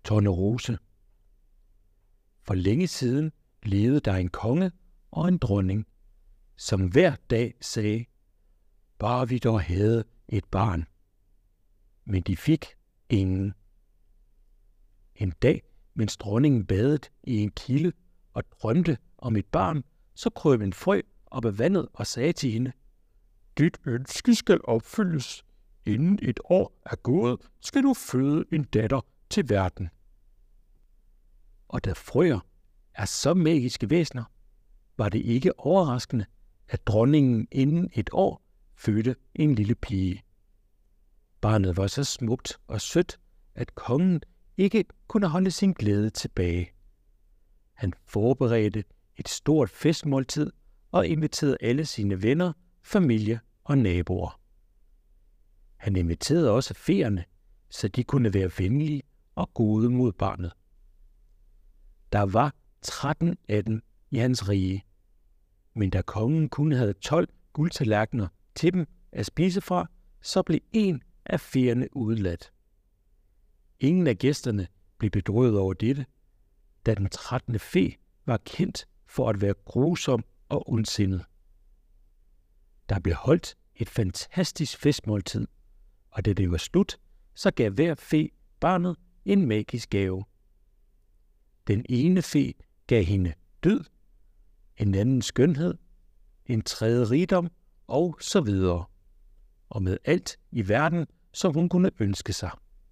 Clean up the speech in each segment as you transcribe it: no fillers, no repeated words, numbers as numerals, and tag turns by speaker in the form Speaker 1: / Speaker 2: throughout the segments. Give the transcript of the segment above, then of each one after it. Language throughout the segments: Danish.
Speaker 1: Tornerose. For længe siden levede der en konge og en dronning, som hver dag sagde, bare vi dog havde et barn. Men de fik ingen. En dag, mens dronningen badede i en kilde og drømte om et barn, så krøb en frø op af vandet og sagde til hende, dit ønske skal opfyldes. Inden et år er gået, skal du føde en datter til verden. Og da frøer er så magiske væsener, var det ikke overraskende, at dronningen inden et år fødte en lille pige. Barnet var så smukt og sødt, at kongen ikke kunne holde sin glæde tilbage. Han forberedte et stort festmåltid og inviterede alle sine venner, familie og naboer. Han inviterede også feerne, så de kunne være venlige og gode mod barnet. Der var 13 af dem i hans rige, men da kongen kun havde 12 guldtallerkener til dem at spise fra, så blev en af feerne udeladt. Ingen af gæsterne blev bedrøvet over dette, da den 13. fe var kendt for at være grusom og ondsindet. Der blev holdt et fantastisk festmåltid, og da det var slut, så gav hver fe barnet en magisk gave. Den ene fe gav hende død, en anden skønhed, en tredje rigdom og så videre, og med alt i verden, som hun kunne ønske sig.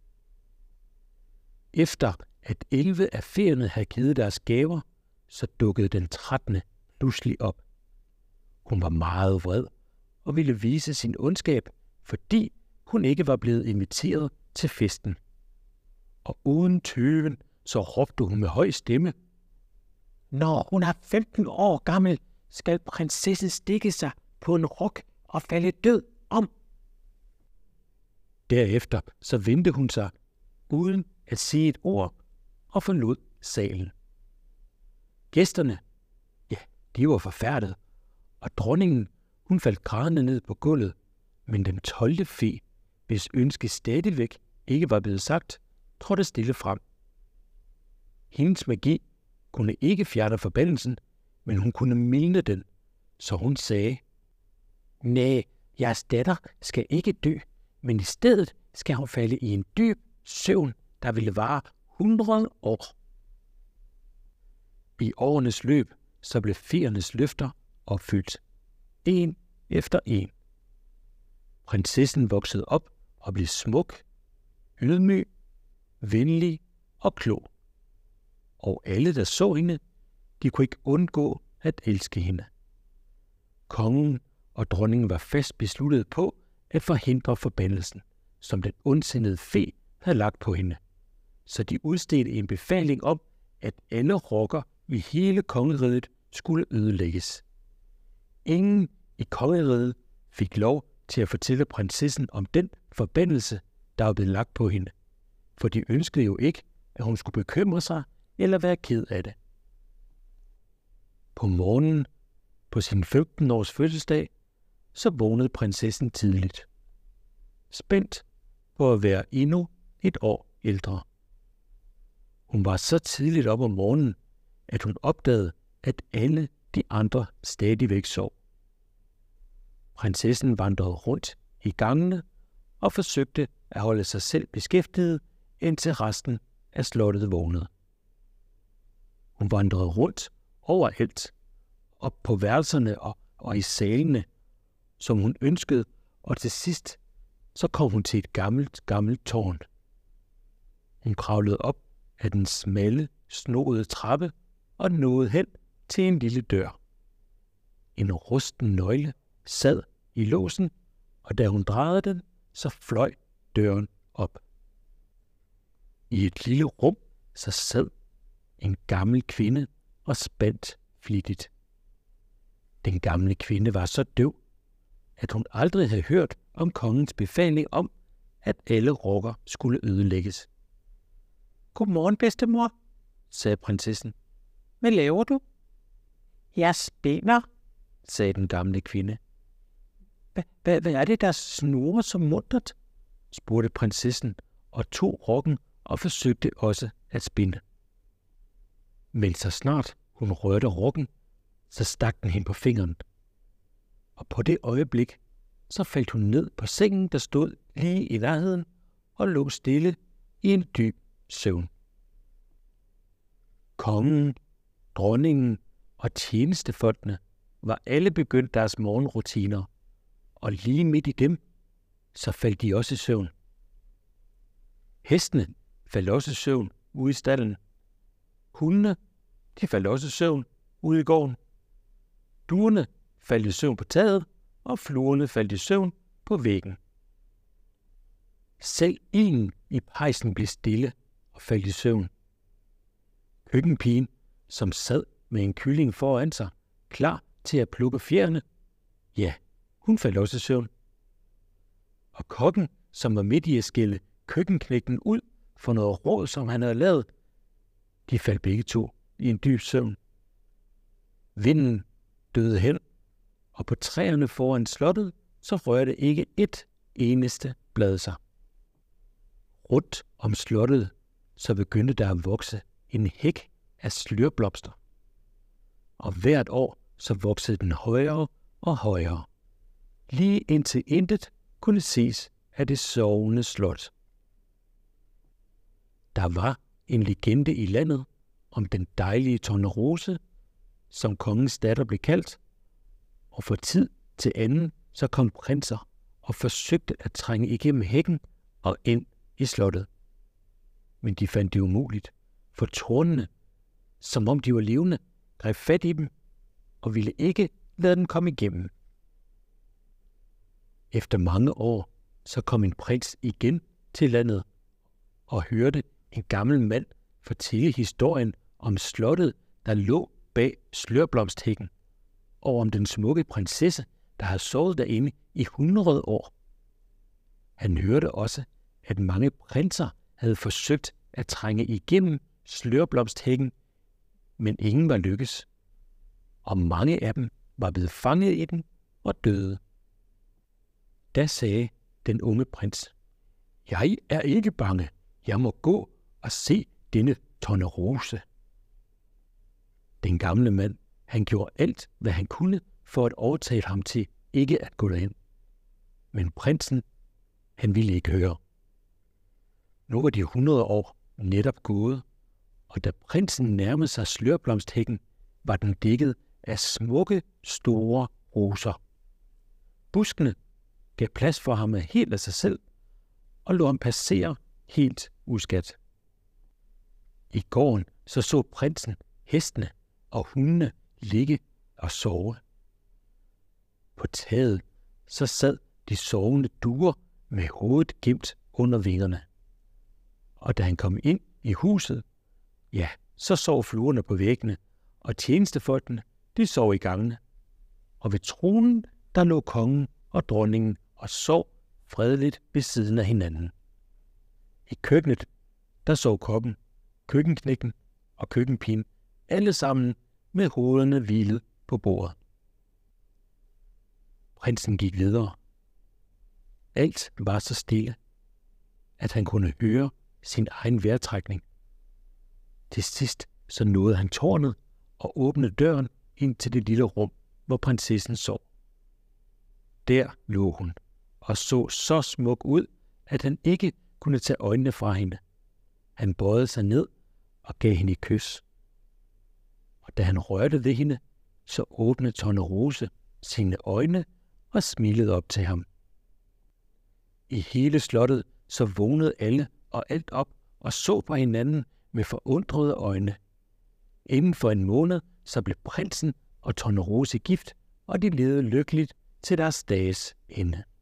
Speaker 1: Efter at 11 af feerne havde givet deres gaver, så dukkede den 13. pludselig op. Hun var meget vred og ville vise sin ondskab, fordi hun ikke var blevet inviteret til festen. Og uden tøven, så råbte hun med høj stemme, når hun er 15 år gammel, skal prinsessen stikke sig på en rok og falde død om. Derefter så vendte hun sig, uden at sige et ord, og forlod salen. Gæsterne, ja, de var forfærdet, og dronningen, hun faldt grædende ned på gulvet, men den 12. fe, hvis ønske stadigvæk ikke var blevet sagt, trådte stille frem. Hendes magi kunne ikke fjerne forbandelsen, men hun kunne mildne den, så hun sagde, næh, jeres datter skal ikke dø, men i stedet skal hun falde i en dyb søvn, der ville vare 100 år. I årenes løb, så blev feernes løfter opfyldt, en efter en. Prinsessen voksede op og blev smuk, ydmyg, venlig og klog. Og alle, der så hende, de kunne ikke undgå at elske hende. Kongen og dronningen var fast besluttet på at forhindre forbandelsen, som den ondsindede fe havde lagt på hende. Så de udstedte en befaling om, at alle rokker i hele kongeriget skulle ødelægges. Ingen i kongeriget fik lov til at fortælle prinsessen om den forbandelse, der var blevet lagt på hende, for de ønskede jo ikke, at hun skulle bekymre sig eller være ked af det. På morgenen på sin 15-års fødselsdag, så vågnede prinsessen tidligt, spændt på at være endnu et år ældre. Hun var så tidligt op om morgenen, at hun opdagede, at alle de andre stadigvæk sov. Prinsessen vandrede rundt i gangene og forsøgte at holde sig selv beskæftiget, indtil resten af slottet vågnede. Hun vandrede rundt overalt, op på værelserne og i salene, som hun ønskede, og til sidst så kom hun til et gammelt tårn. Hun kravlede op ad den smalle, snoede trappe og nåede hen til en lille dør. En rusten nøgle sad i låsen, og da hun drejede den, så fløj døren op. I et lille rum så sad en gammel kvinde og spandt flittigt. Den gamle kvinde var så døv, at hun aldrig havde hørt om kongens befaling om, at alle rokker skulle ødelægges. Godmorgen, bedstemor, sagde prinsessen. Hvad laver du? Jeg spinder, sagde den gamle kvinde. Hvad er det, der snurrer så muntert? Spurgte prinsessen og tog rokken og forsøgte også at spinde. Men så snart hun rørte rukken, så stak den hende på fingeren. Og på det øjeblik, så faldt hun ned på sengen, der stod lige i nærheden, og lå stille i en dyb søvn. Kongen, dronningen og tjenestefolkene var alle begyndt deres morgenrutiner, og lige midt i dem, så faldt de også i søvn. Hestene faldt også i søvn ude i stalden. Hundene, de faldt også i søvn ude i gården. Duerne faldt i søvn på taget, og fluerne faldt i søvn på væggen. Selv ilden i pejsen blev stille og faldt i søvn. Køkkenpigen, som sad med en kylling foran sig, klar til at plukke fjerene, ja, hun faldt også i søvn. Og kokken, som var midt i at skille køkkenknægten ud for noget råd, som han havde lavet, de faldt begge to i en dyb søvn. Vinden døde hen, og på træerne foran slottet, så rørte ikke et eneste blad sig. Rundt om slottet, så begyndte der at vokse en hæk af slørblomster. Og hvert år, så voksede den højere og højere, lige indtil intet kunne ses af det sovende slot. Der var en legende i landet om den dejlige Tornerose, som kongens datter blev kaldt, og for tid til anden så kom prinser og forsøgte at trænge igennem hækken og ind i slottet. Men de fandt det umuligt, for tornene, som om de var levende, greb fat i dem og ville ikke lade dem komme igennem. Efter mange år, så kom en prins igen til landet og hørte en gammel mand fortælle historien om slottet, der lå bag slørblomsthækken, og om den smukke prinsesse, der havde sovet derinde i 100 år. Han hørte også, at mange prinser havde forsøgt at trænge igennem slørblomsthækken, men ingen var lykkes, og mange af dem var blevet fanget i den og døde. Da sagde den unge prins: "Jeg er ikke bange. Jeg må gå og se denne Tornerose." Den gamle mand, han gjorde alt, hvad han kunne for at overtale ham til ikke at gå derind. Men prinsen, han ville ikke høre. Nu var de 100 år netop gået, og da prinsen nærmede sig slørblomsthækken, var den dækket af smukke, store roser. Buskene gav plads for ham helt af sig selv, og lod ham passere helt uskadt. I gården så prinsen hestene og hundene ligge og sove. På taget så sad de sovende duer med hovedet gemt under vingerne. Og da han kom ind i huset, ja, så sov fluerne på væggene, og tjenestefolkene, de sov i gangene. Og ved tronen, der lå kongen og dronningen og sov fredeligt ved siden af hinanden. I køkkenet, der sov kokken, køkkenknægten og køkkenpigen, alle sammen med hovederne hvilet på bordet. Prinsen gik videre. Alt var så stille, at han kunne høre sin egen vejrtrækning. Til sidst så nåede han tårnet og åbnede døren ind til det lille rum, hvor prinsessen sov. Der lå hun og så smuk ud, at han ikke kunne tage øjnene fra hende. Han bøjede sig ned og gav hende et kys. Og da han rørte ved hende, så åbnede Tornerose sine øjne og smilede op til ham. I hele slottet så vågnede alle og alt op og så på hinanden med forundrede øjne. Inden for en måned så blev prinsen og Tornerose gift, og de levede lykkeligt til deres dages ende.